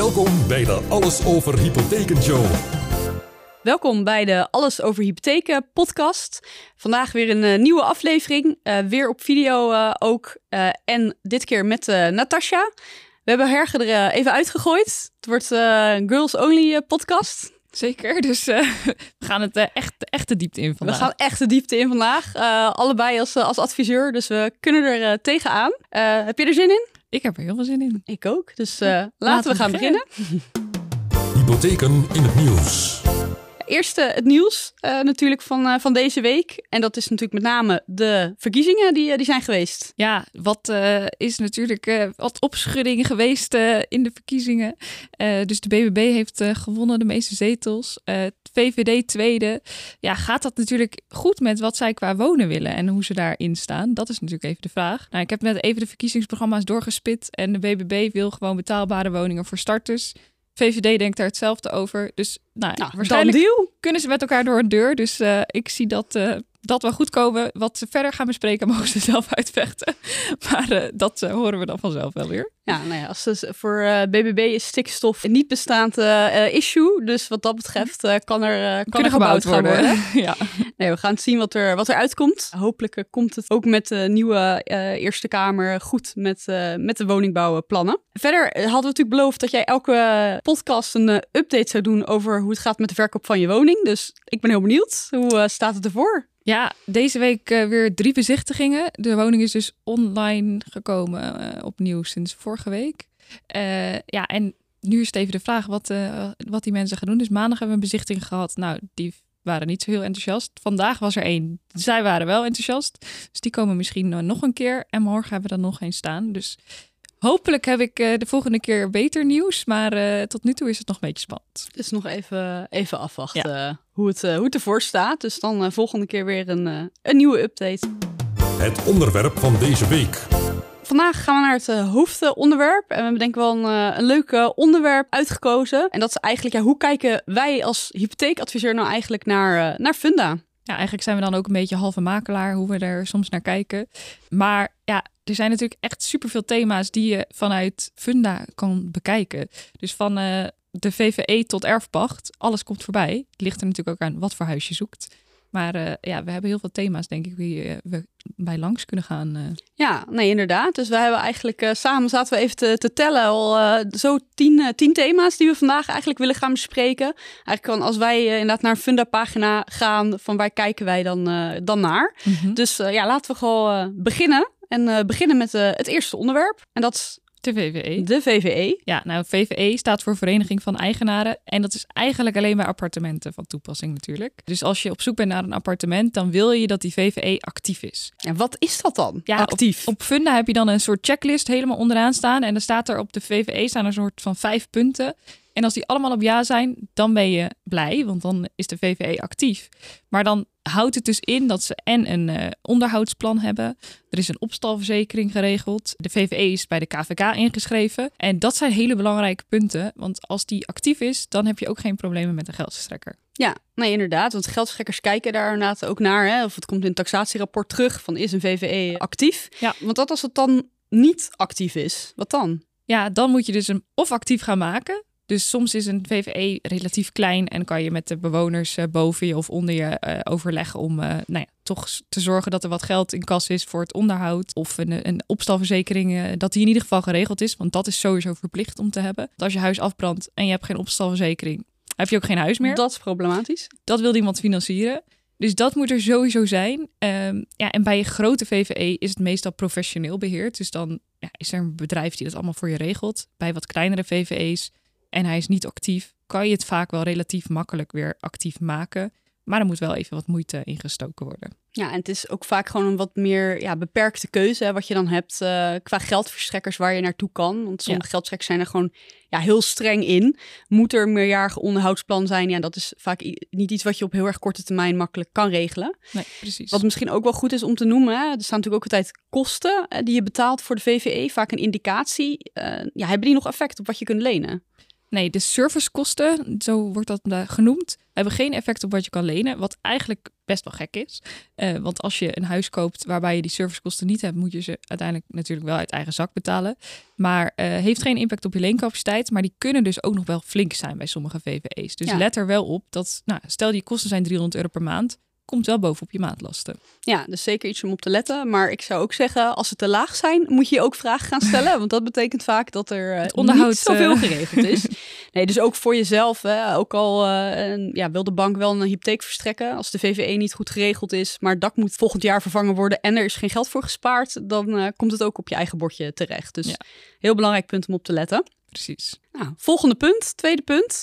Welkom bij de Alles over Hypotheken Show. Welkom bij de Alles over Hypotheken podcast. Vandaag weer een nieuwe aflevering, weer op video ook. En dit keer met Natasja. We hebben Herge er even uitgegooid. Het wordt een girls only podcast. Zeker, dus we gaan het echt de diepte in vandaag. We gaan echt de diepte in vandaag. Allebei als adviseur, dus we kunnen er tegenaan. Heb je er zin in? Ik heb er heel veel zin in. Ik ook, dus laten we gaan beginnen. Hypotheken in het nieuws. Eerst het nieuws natuurlijk van deze week. En dat is natuurlijk met name de verkiezingen die zijn geweest. Ja, wat is natuurlijk wat opschudding geweest in de verkiezingen. Dus de BBB heeft gewonnen, de meeste zetels. VVD tweede. Ja, gaat dat natuurlijk goed met wat zij qua wonen willen en hoe ze daarin staan? Dat is natuurlijk even de vraag. Nou, ik heb net even de verkiezingsprogramma's doorgespit. En de BBB wil gewoon betaalbare woningen voor starters. VVD denkt daar hetzelfde over. Dus waarschijnlijk kunnen ze met elkaar door een deur. Dus ik zie dat wel goed komen. Wat ze verder gaan bespreken, mogen ze zelf uitvechten. Maar dat horen we dan vanzelf wel weer. Ja, nou ja, voor BBB is stikstof een niet bestaand issue. Dus wat dat betreft kan er gebouwd gaan worden. Ja. Nee, we gaan zien wat er uitkomt. Hopelijk komt het ook met de nieuwe Eerste Kamer goed met de woningbouwplannen. Verder hadden we natuurlijk beloofd dat jij elke podcast een update zou doen over hoe het gaat met de verkoop van je woning. Dus ik ben heel benieuwd. Hoe staat het ervoor? Ja, deze week weer 3 bezichtigingen. De woning is dus online gekomen opnieuw sinds vorige week. En nu is het even de vraag wat die mensen gaan doen. Dus maandag hebben we een bezichtiging gehad. Nou, die waren niet zo heel enthousiast. Vandaag was er 1. Zij waren wel enthousiast. Dus die komen misschien nog een keer. En morgen hebben we er nog 1 staan. Dus hopelijk heb ik de volgende keer beter nieuws. Maar tot nu toe is het nog een beetje spannend. Dus nog even afwachten hoe het ervoor staat. Dus dan volgende keer weer een nieuwe update. Het onderwerp van deze week. Vandaag gaan we naar het hoofdonderwerp. En we hebben denk ik wel een leuk onderwerp uitgekozen. En dat is eigenlijk, hoe kijken wij als hypotheekadviseur nou eigenlijk naar Funda? Ja, eigenlijk zijn we dan ook een beetje halve makelaar, hoe we er soms naar kijken. Maar ja, er zijn natuurlijk echt superveel thema's die je vanuit Funda kan bekijken. Dus van de VVE tot erfpacht, alles komt voorbij. Het ligt er natuurlijk ook aan wat voor huis je zoekt. Maar we hebben heel veel thema's, denk ik, die we bij langs kunnen gaan. Ja, nee, inderdaad. Dus we hebben eigenlijk samen zaten we even te tellen al zo 10 thema's die we vandaag eigenlijk willen gaan bespreken. Eigenlijk kan als wij inderdaad naar een Funda-pagina gaan, van waar kijken wij dan naar. Mm-hmm. Dus laten we gewoon beginnen. En beginnen met het eerste onderwerp. En dat is de VVE. De VVE. Ja, nou, VVE staat voor Vereniging van Eigenaren. En dat is eigenlijk alleen bij appartementen van toepassing natuurlijk. Dus als je op zoek bent naar een appartement, dan wil je dat die VVE actief is. En wat is dat dan, ja, actief? Op Funda heb je dan een soort checklist helemaal onderaan staan. En dan staat er op de VVE staan een soort van 5 punten. En als die allemaal op ja zijn, dan ben je blij, want dan is de VVE actief. Maar dan houdt het dus in dat ze een onderhoudsplan hebben. Er is een opstalverzekering geregeld. De VVE is bij de KVK ingeschreven. En dat zijn hele belangrijke punten. Want als die actief is, dan heb je ook geen problemen met een geldverstrekker. Ja, nee, inderdaad. Want geldverstrekkers kijken daar inderdaad ook naar. Hè? Of het komt in het taxatierapport terug van is een VVE actief? Ja. Want wat als het dan niet actief is? Wat dan? Ja, dan moet je dus hem of actief gaan maken. Dus soms is een VVE relatief klein en kan je met de bewoners boven je of onder je overleggen om toch te zorgen dat er wat geld in kas is voor het onderhoud. Of een opstalverzekering, dat die in ieder geval geregeld is. Want dat is sowieso verplicht om te hebben. Want als je huis afbrandt en je hebt geen opstalverzekering, heb je ook geen huis meer. Dat is problematisch. Dat wil iemand financieren. Dus dat moet er sowieso zijn. En bij een grote VVE is het meestal professioneel beheerd. Dus dan is er een bedrijf die dat allemaal voor je regelt. Bij wat kleinere VVE's en hij is niet actief, kan je het vaak wel relatief makkelijk weer actief maken. Maar er moet wel even wat moeite in gestoken worden. Ja, en het is ook vaak gewoon een wat meer beperkte keuze, hè, wat je dan hebt qua geldverstrekkers waar je naartoe kan. Want sommige geldverstrekkers zijn er gewoon heel streng in. Moet er een meerjarig onderhoudsplan zijn? Ja, dat is vaak niet iets wat je op heel erg korte termijn makkelijk kan regelen. Nee, precies. Wat misschien ook wel goed is om te noemen, hè, er staan natuurlijk ook altijd kosten die je betaalt voor de VVE. Vaak een indicatie. Hebben die nog effect op wat je kunt lenen? Nee, de servicekosten, zo wordt dat genoemd, hebben geen effect op wat je kan lenen. Wat eigenlijk best wel gek is. Want als je een huis koopt waarbij je die servicekosten niet hebt, moet je ze uiteindelijk natuurlijk wel uit eigen zak betalen. Maar heeft geen impact op je leencapaciteit. Maar die kunnen dus ook nog wel flink zijn bij sommige VVE's. Dus let er wel op dat, stel die kosten zijn €300 per maand. Komt wel bovenop je maandlasten. Ja, dus zeker iets om op te letten. Maar ik zou ook zeggen, als ze te laag zijn, moet je ook vragen gaan stellen. Want dat betekent vaak dat er het onderhoud niet zoveel geregeld is. Nee, dus ook voor jezelf. Ook al wil de bank wel een hypotheek verstrekken. Als de VVE niet goed geregeld is, maar het dak moet volgend jaar vervangen worden en er is geen geld voor gespaard, dan komt het ook op je eigen bordje terecht. Dus heel belangrijk punt om op te letten. Precies. Nou, volgende punt, tweede punt.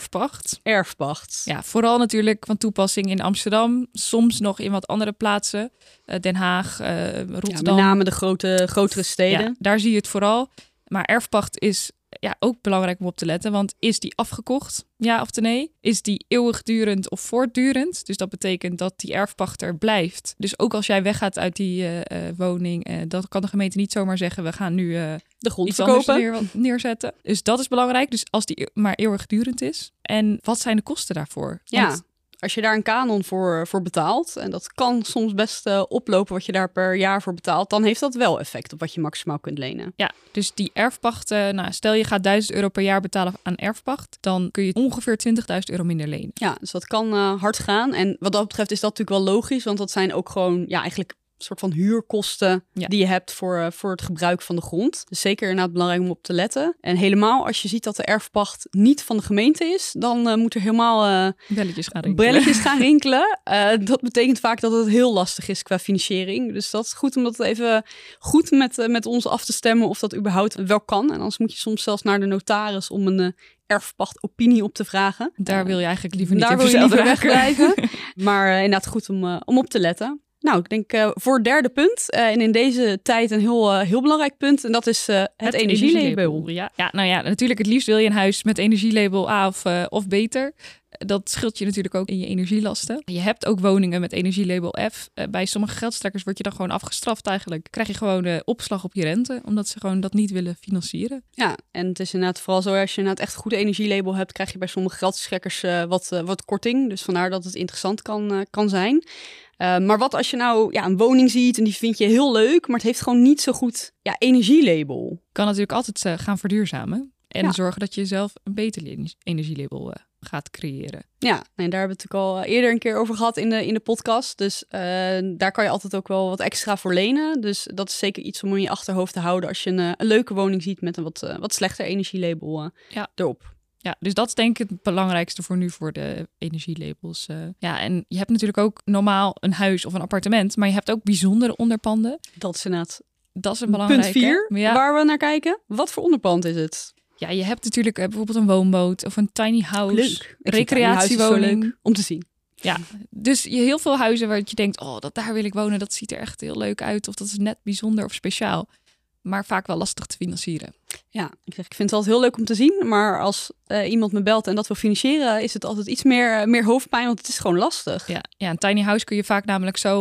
Erfpacht. Ja, vooral natuurlijk van toepassing in Amsterdam. Soms nog in wat andere plaatsen. Den Haag, Rotterdam. Met name de grotere steden. Ja, daar zie je het vooral. Maar erfpacht is ook belangrijk om op te letten. Want is die afgekocht? Ja of nee? Is die eeuwigdurend of voortdurend? Dus dat betekent dat die erfpachter blijft. Dus ook als jij weggaat uit die woning, dat kan de gemeente niet zomaar zeggen, we gaan nu de grond iets verkopen. Anders neerzetten. Dus dat is belangrijk. Dus als die maar eeuwigdurend is. En wat zijn de kosten daarvoor? Want als je daar een kanon voor betaalt, en dat kan soms best oplopen wat je daar per jaar voor betaalt, dan heeft dat wel effect op wat je maximaal kunt lenen. Ja, dus die erfpacht, stel je gaat €1.000 per jaar betalen aan erfpacht, dan kun je ongeveer €20.000 minder lenen. Ja, dus dat kan hard gaan. En wat dat betreft is dat natuurlijk wel logisch, want dat zijn ook gewoon eigenlijk een soort van huurkosten die je hebt voor het gebruik van de grond. Dus zeker inderdaad belangrijk om op te letten. En helemaal als je ziet dat de erfpacht niet van de gemeente is, dan moet er helemaal belletjes gaan rinkelen. Dat betekent vaak dat het heel lastig is qua financiering. Dus dat is goed om dat even goed met ons af te stemmen of dat überhaupt wel kan. En anders moet je soms zelfs naar de notaris om een erfpachtopinie op te vragen. Daar wil je eigenlijk liever niet daar in wil je liever wegblijven. Maar inderdaad goed om op te letten. Nou, ik denk voor het derde punt, en in deze tijd een heel belangrijk punt, en dat is het energielabel. Ja, natuurlijk het liefst wil je een huis met energielabel A of beter. Dat scheelt je natuurlijk ook in je energielasten. Je hebt ook woningen met energielabel F. Bij sommige geldstrekkers word je dan gewoon afgestraft eigenlijk. Krijg je gewoon opslag op je rente, omdat ze gewoon dat niet willen financieren. Ja, en het is inderdaad vooral zo, als je inderdaad echt een goed energielabel hebt, krijg je bij sommige geldstrekkers wat korting. Dus vandaar dat het interessant kan zijn. Maar wat als je nou een woning ziet en die vind je heel leuk, maar het heeft gewoon niet zo goed energielabel. Kan natuurlijk altijd gaan verduurzamen. En zorgen dat je zelf een beter energielabel gaat creëren. Ja, en daar hebben we het natuurlijk al eerder een keer over gehad in de podcast. Dus daar kan je altijd ook wel wat extra voor lenen. Dus dat is zeker iets om in je achterhoofd te houden als je een leuke woning ziet met een wat slechter energielabel erop. Ja, dus dat is denk ik het belangrijkste voor nu voor de energielabels. En je hebt natuurlijk ook normaal een huis of een appartement, maar je hebt ook bijzondere onderpanden. Dat is inderdaad een belangrijke. Punt 4, waar we naar kijken. Wat voor onderpand is het? Ja, je hebt natuurlijk bijvoorbeeld een woonboot of een tiny house. Leuk. Recreatiewoning. Leuk om te zien. Ja, dus heel veel huizen waar je denkt, daar wil ik wonen, dat ziet er echt heel leuk uit. Of dat is net bijzonder of speciaal. Maar vaak wel lastig te financieren. Ja, ik vind het altijd heel leuk om te zien. Maar als iemand me belt en dat wil financieren, is het altijd iets meer hoofdpijn, want het is gewoon lastig. Ja, een tiny house kun je vaak namelijk zo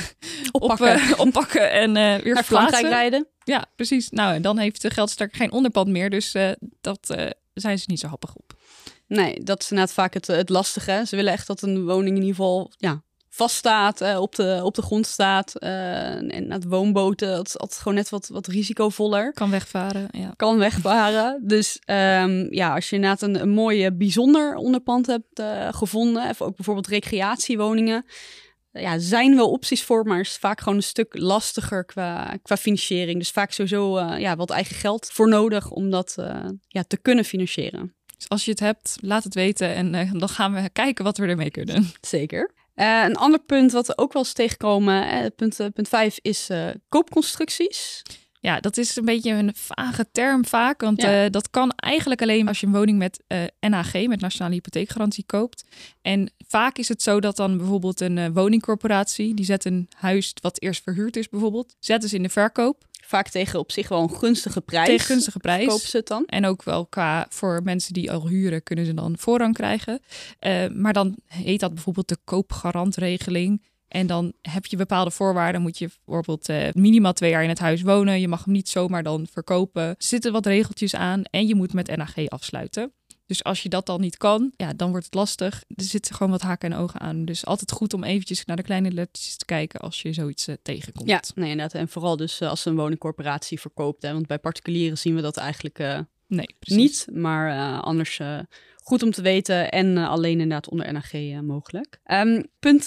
oppakken en weer naar Frankrijk rijden. Ja, precies. Nou, en dan heeft de geldstrekker geen onderpand meer. Dus dat zijn ze niet zo happig op. Nee, dat is inderdaad vaak het lastige. Ze willen echt dat een woning in ieder geval vaststaat, op de grond staat. En het woonboten, dat is altijd gewoon net wat risicovoller. Kan wegvaren, ja. Kan wegvaren. Dus als je inderdaad een mooie bijzonder onderpand hebt gevonden, of ook bijvoorbeeld recreatiewoningen, zijn wel opties voor, maar is vaak gewoon een stuk lastiger qua financiering. Dus vaak sowieso wat eigen geld voor nodig om dat te kunnen financieren. Dus als je het hebt, laat het weten en dan gaan we kijken wat we ermee kunnen. Zeker. Een ander punt wat we ook wel eens tegenkomen, punt 5, is koopconstructies. Ja, dat is een beetje een vage term vaak, want dat kan eigenlijk alleen als je een woning met NHG, met Nationale Hypotheekgarantie, koopt. En vaak is het zo dat dan bijvoorbeeld een woningcorporatie, die zet een huis wat eerst verhuurd is bijvoorbeeld, zetten ze in de verkoop. Vaak tegen op zich wel een gunstige prijs. Tegen gunstige prijs. Kopen ze het dan. En ook wel voor mensen die al huren kunnen ze dan voorrang krijgen. Maar dan heet dat bijvoorbeeld de koopgarantregeling. En dan heb je bepaalde voorwaarden. Moet je bijvoorbeeld minimaal 2 jaar in het huis wonen. Je mag hem niet zomaar dan verkopen. Er zitten wat regeltjes aan en je moet met NHG afsluiten. Dus als je dat dan niet kan, ja, dan wordt het lastig. Er zitten gewoon wat haken en ogen aan. Dus altijd goed om eventjes naar de kleine lettertjes te kijken als je zoiets tegenkomt. Ja, nee, inderdaad. En vooral dus als een woningcorporatie verkoopt. Hè, want bij particulieren zien we dat eigenlijk Nee, precies. niet. Maar anders goed om te weten en alleen inderdaad onder NAG mogelijk. Punt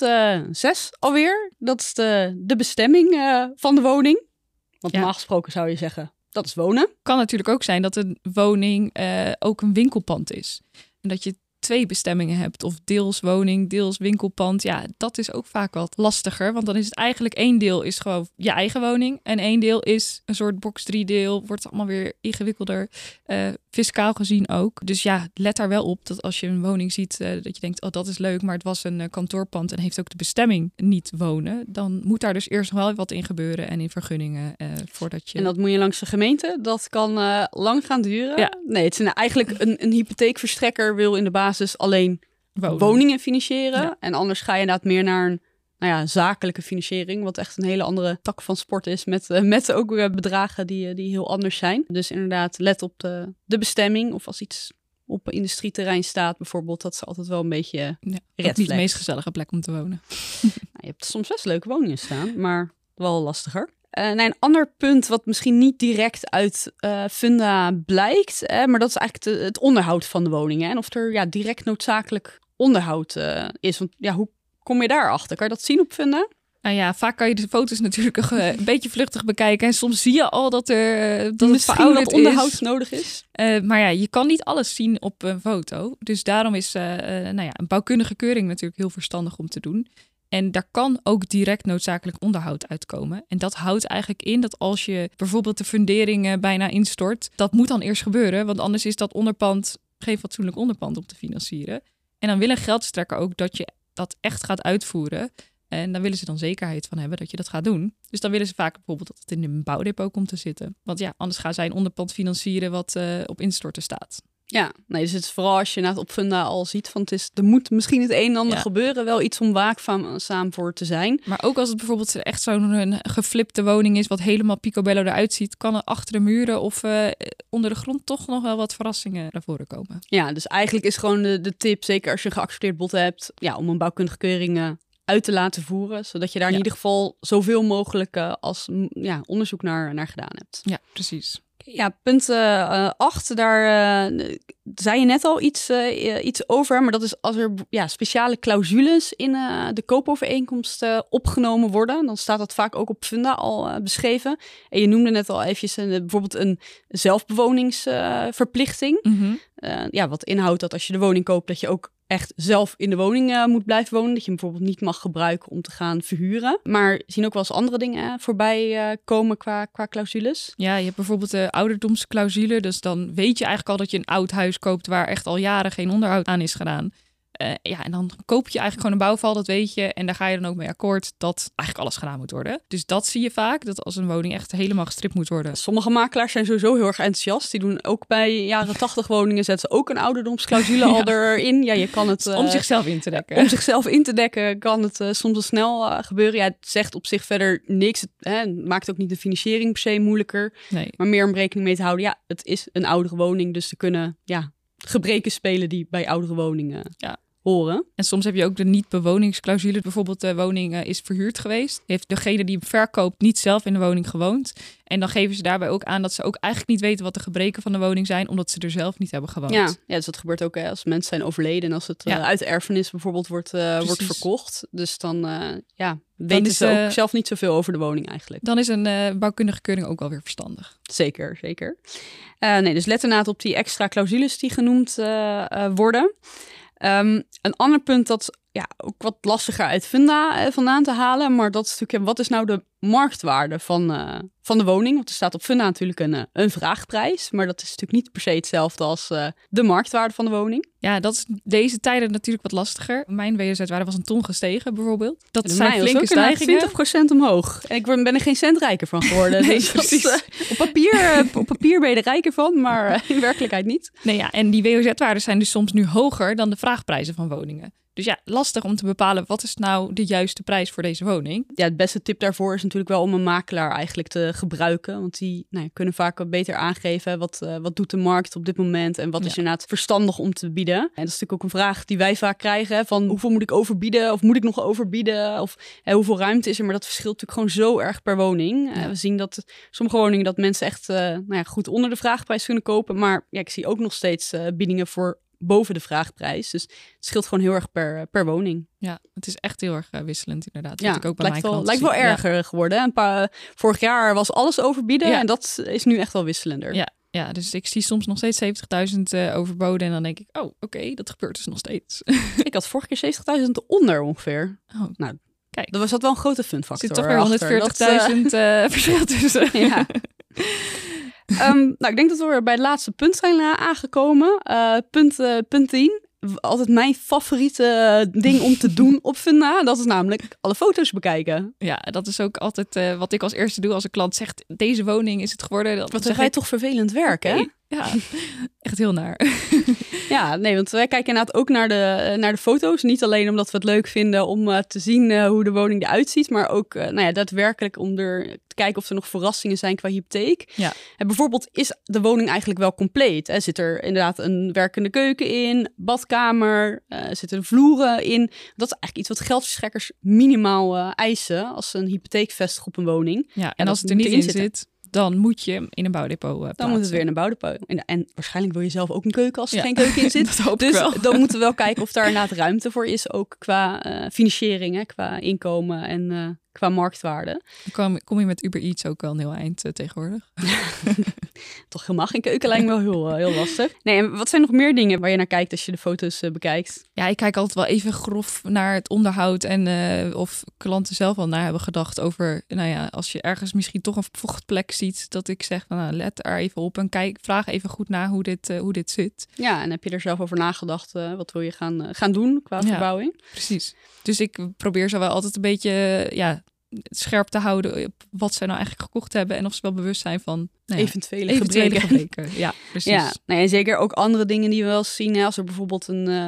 6 alweer. Dat is de bestemming van de woning. Want normaal gesproken zou je zeggen, dat is wonen. Kan natuurlijk ook zijn dat een woning ook een winkelpand is. En dat je 2 bestemmingen hebt. Of deels woning, deels winkelpand. Ja, dat is ook vaak wat lastiger. Want dan is het eigenlijk 1 deel is gewoon je eigen woning. En 1 deel is een soort box 3 deel. Wordt allemaal weer ingewikkelder. Fiscaal gezien ook. Dus ja, let daar wel op dat als je een woning ziet, dat je denkt, oh dat is leuk. Maar het was een kantoorpand en heeft ook de bestemming niet wonen. Dan moet daar dus eerst nog wel wat in gebeuren. En in vergunningen voordat je... En dat moet je langs de gemeente. Dat kan lang gaan duren. Ja. Nee, het is eigenlijk een hypotheekverstrekker wil in de basis alleen woningen financieren. Ja. En anders ga je inderdaad meer naar een zakelijke financiering. Wat echt een hele andere tak van sport is. Met ook bedragen die heel anders zijn. Dus inderdaad, let op de bestemming. Of als iets op een industrieterrein staat bijvoorbeeld. Dat is altijd wel een beetje niet de meest gezellige plek om te wonen. Je hebt soms best leuke woningen staan. Maar wel lastiger. Een ander punt wat misschien niet direct uit Funda blijkt, maar dat is eigenlijk het onderhoud van de woningen. En of er direct noodzakelijk onderhoud is. Want hoe kom je daarachter? Kan je dat zien op Funda? Nou ja, vaak kan je de foto's natuurlijk een beetje vluchtig bekijken. En soms zie je al dat het verouderd onderhoud nodig is. Maar ja, je kan niet alles zien op een foto. Dus daarom is een bouwkundige keuring natuurlijk heel verstandig om te doen. En daar kan ook direct noodzakelijk onderhoud uitkomen. En dat houdt eigenlijk in dat als je bijvoorbeeld de fundering bijna instort, dat moet dan eerst gebeuren. Want anders is dat onderpand geen fatsoenlijk onderpand om te financieren. En dan wil een geldstrekker ook dat je dat echt gaat uitvoeren. En dan willen ze dan zekerheid van hebben dat je dat gaat doen. Dus dan willen ze vaak bijvoorbeeld dat het in een bouwdepot komt te zitten. Want ja, anders gaan zij een onderpand financieren wat op instorten staat. Ja, nee, dus het is vooral als je na het op Funda al ziet van er moet misschien het een en ander gebeuren. Wel iets om waakzaam voor te zijn. Maar ook als het bijvoorbeeld echt zo'n geflipte woning is wat helemaal picobello eruit ziet, kan er achter de muren of onder de grond toch nog wel wat verrassingen naar voren komen. Ja, dus eigenlijk is gewoon de tip, zeker als je een geaccepteerd bod hebt, om een bouwkundige keuring uit te laten voeren. Zodat je daar in ieder geval zoveel mogelijk als onderzoek naar gedaan hebt. Ja, precies. Ja, punt 8, daar zei je net al iets over. Maar dat is als er speciale clausules in de koopovereenkomst opgenomen worden. Dan staat dat vaak ook op Funda al beschreven. En je noemde net al eventjes bijvoorbeeld een zelfbewoningsverplichting. Mm-hmm. Wat inhoudt dat als je de woning koopt, dat je ook echt zelf in de woning moet blijven wonen. Dat je hem bijvoorbeeld niet mag gebruiken om te gaan verhuren. Maar zien ook wel eens andere dingen voorbij komen qua clausules. Ja, je hebt bijvoorbeeld de ouderdomsclausule. Dus dan weet je eigenlijk al dat je een oud huis koopt waar echt al jaren geen onderhoud aan is gedaan. En dan koop je eigenlijk gewoon een bouwval, dat weet je. En daar ga je dan ook mee akkoord dat eigenlijk alles gedaan moet worden. Dus dat zie je vaak, dat als een woning echt helemaal gestript moet worden. Sommige makelaars zijn sowieso heel erg enthousiast. Die doen ook bij jaren 80 woningen, zetten ze ook een ouderdomsclausule al erin. Ja, je kan het... om zichzelf in te dekken. Om zichzelf in te dekken kan het soms wel snel gebeuren. Ja, het zegt op zich verder niks. Het maakt ook niet de financiering per se moeilijker. Nee. Maar meer om rekening mee te houden. Ja, het is een oudere woning, dus er kunnen gebreken spelen die bij oudere woningen horen. En soms heb je ook de niet-bewoningsclausule. Bijvoorbeeld de woning is verhuurd geweest. Heeft degene die hem verkoopt niet zelf in de woning gewoond. En dan geven ze daarbij ook aan dat ze ook eigenlijk niet weten wat de gebreken van de woning zijn, omdat ze er zelf niet hebben gewoond. Ja, dus dat gebeurt ook als mensen zijn overleden en als het uit erfenis bijvoorbeeld wordt verkocht. Dus dan weten ze ook zelf niet zoveel over de woning eigenlijk. Dan is een bouwkundige keuring ook wel weer verstandig. Zeker, zeker. Dus let inderdaad op die extra clausules die genoemd worden. Een ander punt dat ook wat lastiger uit Funda vandaan te halen, maar dat is natuurlijk, wat is nou de marktwaarde van de woning? Want er staat op Funda natuurlijk een vraagprijs, maar dat is natuurlijk niet per se hetzelfde als de marktwaarde van de woning. Ja, dat is deze tijden natuurlijk wat lastiger. Mijn WOZ-waarde was een ton gestegen bijvoorbeeld. Dat zijn flinke stijgingen. 20% omhoog. En ik ben er geen cent rijker van geworden. Nee, dus precies. Op papier ben je er rijker van, maar in werkelijkheid niet. Nee, en die WOZ-waarden zijn dus soms nu hoger dan de vraagprijzen van woningen. Dus ja, lastig om te bepalen wat is nou de juiste prijs voor deze woning. Ja, het beste tip daarvoor is natuurlijk wel om een makelaar eigenlijk te gebruiken. Want die kunnen vaak wat beter aangeven wat doet de markt op dit moment en wat is inderdaad verstandig om te bieden. En dat is natuurlijk ook een vraag die wij vaak krijgen van hoeveel moet ik overbieden of moet ik nog overbieden of hoeveel ruimte is er. Maar dat verschilt natuurlijk gewoon zo erg per woning. We zien dat sommige woningen dat mensen echt goed onder de vraagprijs kunnen kopen. Maar ik zie ook nog steeds biedingen voor boven de vraagprijs. Dus het scheelt gewoon heel erg per woning. Ja, het is echt heel erg wisselend inderdaad. Ja, ik ook bij lijkt wel erger geworden. Vorig jaar was alles overbieden en dat is nu echt wel wisselender. Ja, dus ik zie soms nog steeds 70.000 overboden en dan denk ik, oké, dat gebeurt dus nog steeds. Ik had vorige keer 70.000 onder ongeveer. Oh. Nou, kijk. Dat was dat wel een grote funfactor. Er zit toch weer 140.000 verschil tussen. Ja. Ik denk dat we weer bij het laatste punt zijn aangekomen. Punt 10. Altijd mijn favoriete ding om te doen op Funda. Dat is namelijk alle foto's bekijken. Ja, dat is ook altijd wat ik als eerste doe als een klant zegt, deze woning is het geworden. Wat hebben wij toch vervelend werk, hè? Ja, echt heel naar. Ja, nee, want wij kijken inderdaad ook naar de foto's. Niet alleen omdat we het leuk vinden om te zien hoe de woning eruit ziet, maar ook daadwerkelijk om te kijken of er nog verrassingen zijn qua hypotheek. Ja. En bijvoorbeeld is de woning eigenlijk wel compleet. Zit er inderdaad een werkende keuken in, badkamer, zitten er vloeren in. Dat is eigenlijk iets wat geldverstrekkers minimaal eisen als ze een hypotheek vestigen op een woning. Ja, en als het er niet in zit, dan moet je hem in een bouwdepot plaatsen. Dan moet het weer in een bouwdepot. En waarschijnlijk wil je zelf ook een keuken als er geen keuken in zit. Dat hoop dus ik wel. Dan moeten we wel kijken of daar inderdaad ruimte voor is. Ook qua financiering, qua inkomen en qua marktwaarde. Dan kom je met Uber Eats ook wel een heel eind tegenwoordig. Toch helemaal geen keuken lijkt me wel heel lastig. Nee, en wat zijn nog meer dingen waar je naar kijkt als je de foto's bekijkt? Ja, ik kijk altijd wel even grof naar het onderhoud en of klanten zelf al naar hebben gedacht over, als je ergens misschien toch een vochtplek ziet, dat ik zeg van let er even op en vraag even goed na hoe dit zit. Ja, en heb je er zelf over nagedacht, wat wil je gaan doen qua verbouwing? Precies. Dus ik probeer zo wel altijd een beetje scherp te houden op wat ze nou eigenlijk gekocht hebben en of ze wel bewust zijn van eventuele gebreken. Ja, precies. Ja, en zeker ook andere dingen die we wel zien. Als er bijvoorbeeld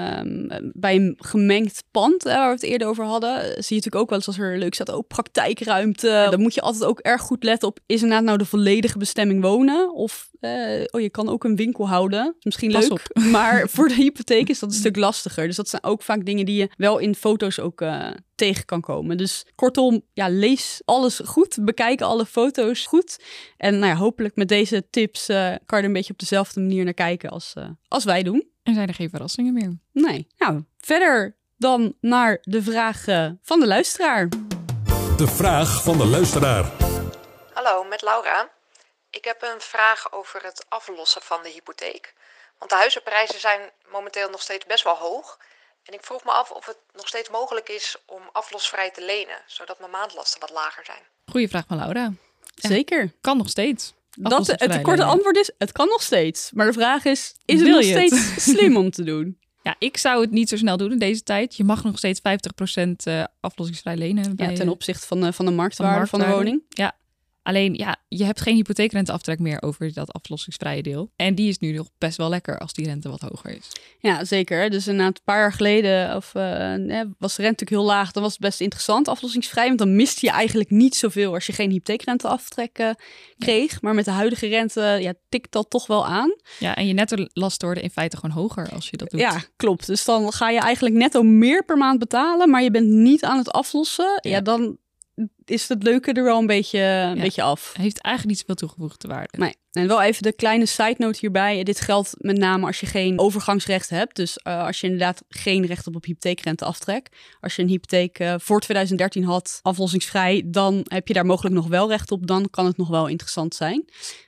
bij een gemengd pand, waar we het eerder over hadden, zie je natuurlijk ook wel eens als er leuk staat, praktijkruimte. Dan moet je altijd ook erg goed letten op, is inderdaad nou de volledige bestemming wonen? Of je kan ook een winkel houden. Misschien Pas leuk, op. maar voor de hypotheek is dat een stuk lastiger. Dus dat zijn ook vaak dingen die je wel in foto's ook tegen kan komen. Dus kortom, lees alles goed, bekijk alle foto's goed. En hopelijk met deze tips kan je er een beetje op dezelfde manier naar kijken als wij doen. En zijn er geen verrassingen meer? Nee. Nou, verder dan naar de vraag van de luisteraar. De vraag van de luisteraar. Hallo, met Laura. Ik heb een vraag over het aflossen van de hypotheek. Want de huizenprijzen zijn momenteel nog steeds best wel hoog. En ik vroeg me af of het nog steeds mogelijk is om aflosvrij te lenen, zodat mijn maandlasten wat lager zijn. Goeie vraag van Laura. Zeker. Kan nog steeds. Het korte antwoord is, het kan nog steeds. Maar de vraag is het Wil nog je het? steeds slim om te doen? Ja, ik zou het niet zo snel doen in deze tijd. Je mag nog steeds 50% aflossingsvrij lenen. Ten opzichte van de marktwaarde van de woning. Ja, alleen je hebt geen hypotheekrenteaftrek meer over dat aflossingsvrije deel. En die is nu nog best wel lekker als die rente wat hoger is. Ja, zeker. Dus een paar jaar geleden was de rente natuurlijk heel laag. Dan was het best interessant, aflossingsvrij. Want dan miste je eigenlijk niet zoveel als je geen hypotheekrenteaftrek kreeg. Ja. Maar met de huidige rente tikt dat toch wel aan. Ja, en je netto-lasten worden in feite gewoon hoger als je dat doet. Ja, klopt. Dus dan ga je eigenlijk netto meer per maand betalen. Maar je bent niet aan het aflossen. Ja, dan is het leuke er wel een beetje af. Het heeft eigenlijk niet zoveel toegevoegde waarde. Nee. En wel even de kleine side note hierbij. Dit geldt met name als je geen overgangsrecht hebt. Dus als je inderdaad geen recht hebt op hypotheekrenteaftrek. Als je een hypotheek voor 2013 had, aflossingsvrij, dan heb je daar mogelijk nog wel recht op. Dan kan het nog wel interessant zijn.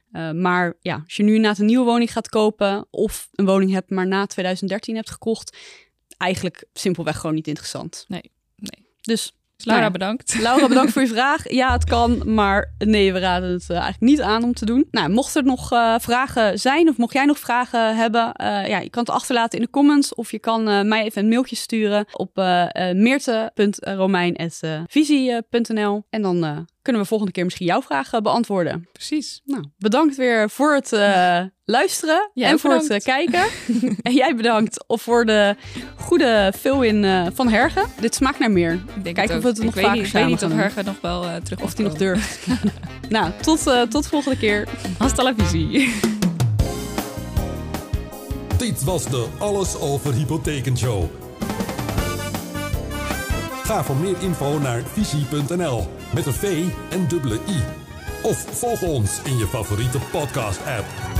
Maar als je nu inderdaad een nieuwe woning gaat kopen of een woning hebt, maar na 2013 hebt gekocht, eigenlijk simpelweg gewoon niet interessant. Nee. Dus Laura, bedankt. Laura, bedankt voor je vraag. Ja, het kan, maar nee, we raden het eigenlijk niet aan om te doen. Nou, mocht er nog vragen zijn of mocht jij nog vragen hebben, je kan het achterlaten in de comments of je kan mij even een mailtje sturen op meerte.romein@visie.nl en dan kunnen we volgende keer misschien jouw vraag beantwoorden. Precies. Nou, bedankt weer voor het luisteren Jij en voor bedankt. het kijken. En jij bedankt voor de goede fill-in van Herge. Dit smaakt naar meer. Ik denk Kijken of we het nog vaker Ik weet samen niet gaan of doen. Herge nog wel terug Of die nog durft. Nou, tot volgende keer. Hasta la visie. Dit was de Alles Over Hypotheken Show. Ga voor meer info naar visie.nl met een V en dubbele I. Of volg ons in je favoriete podcast app.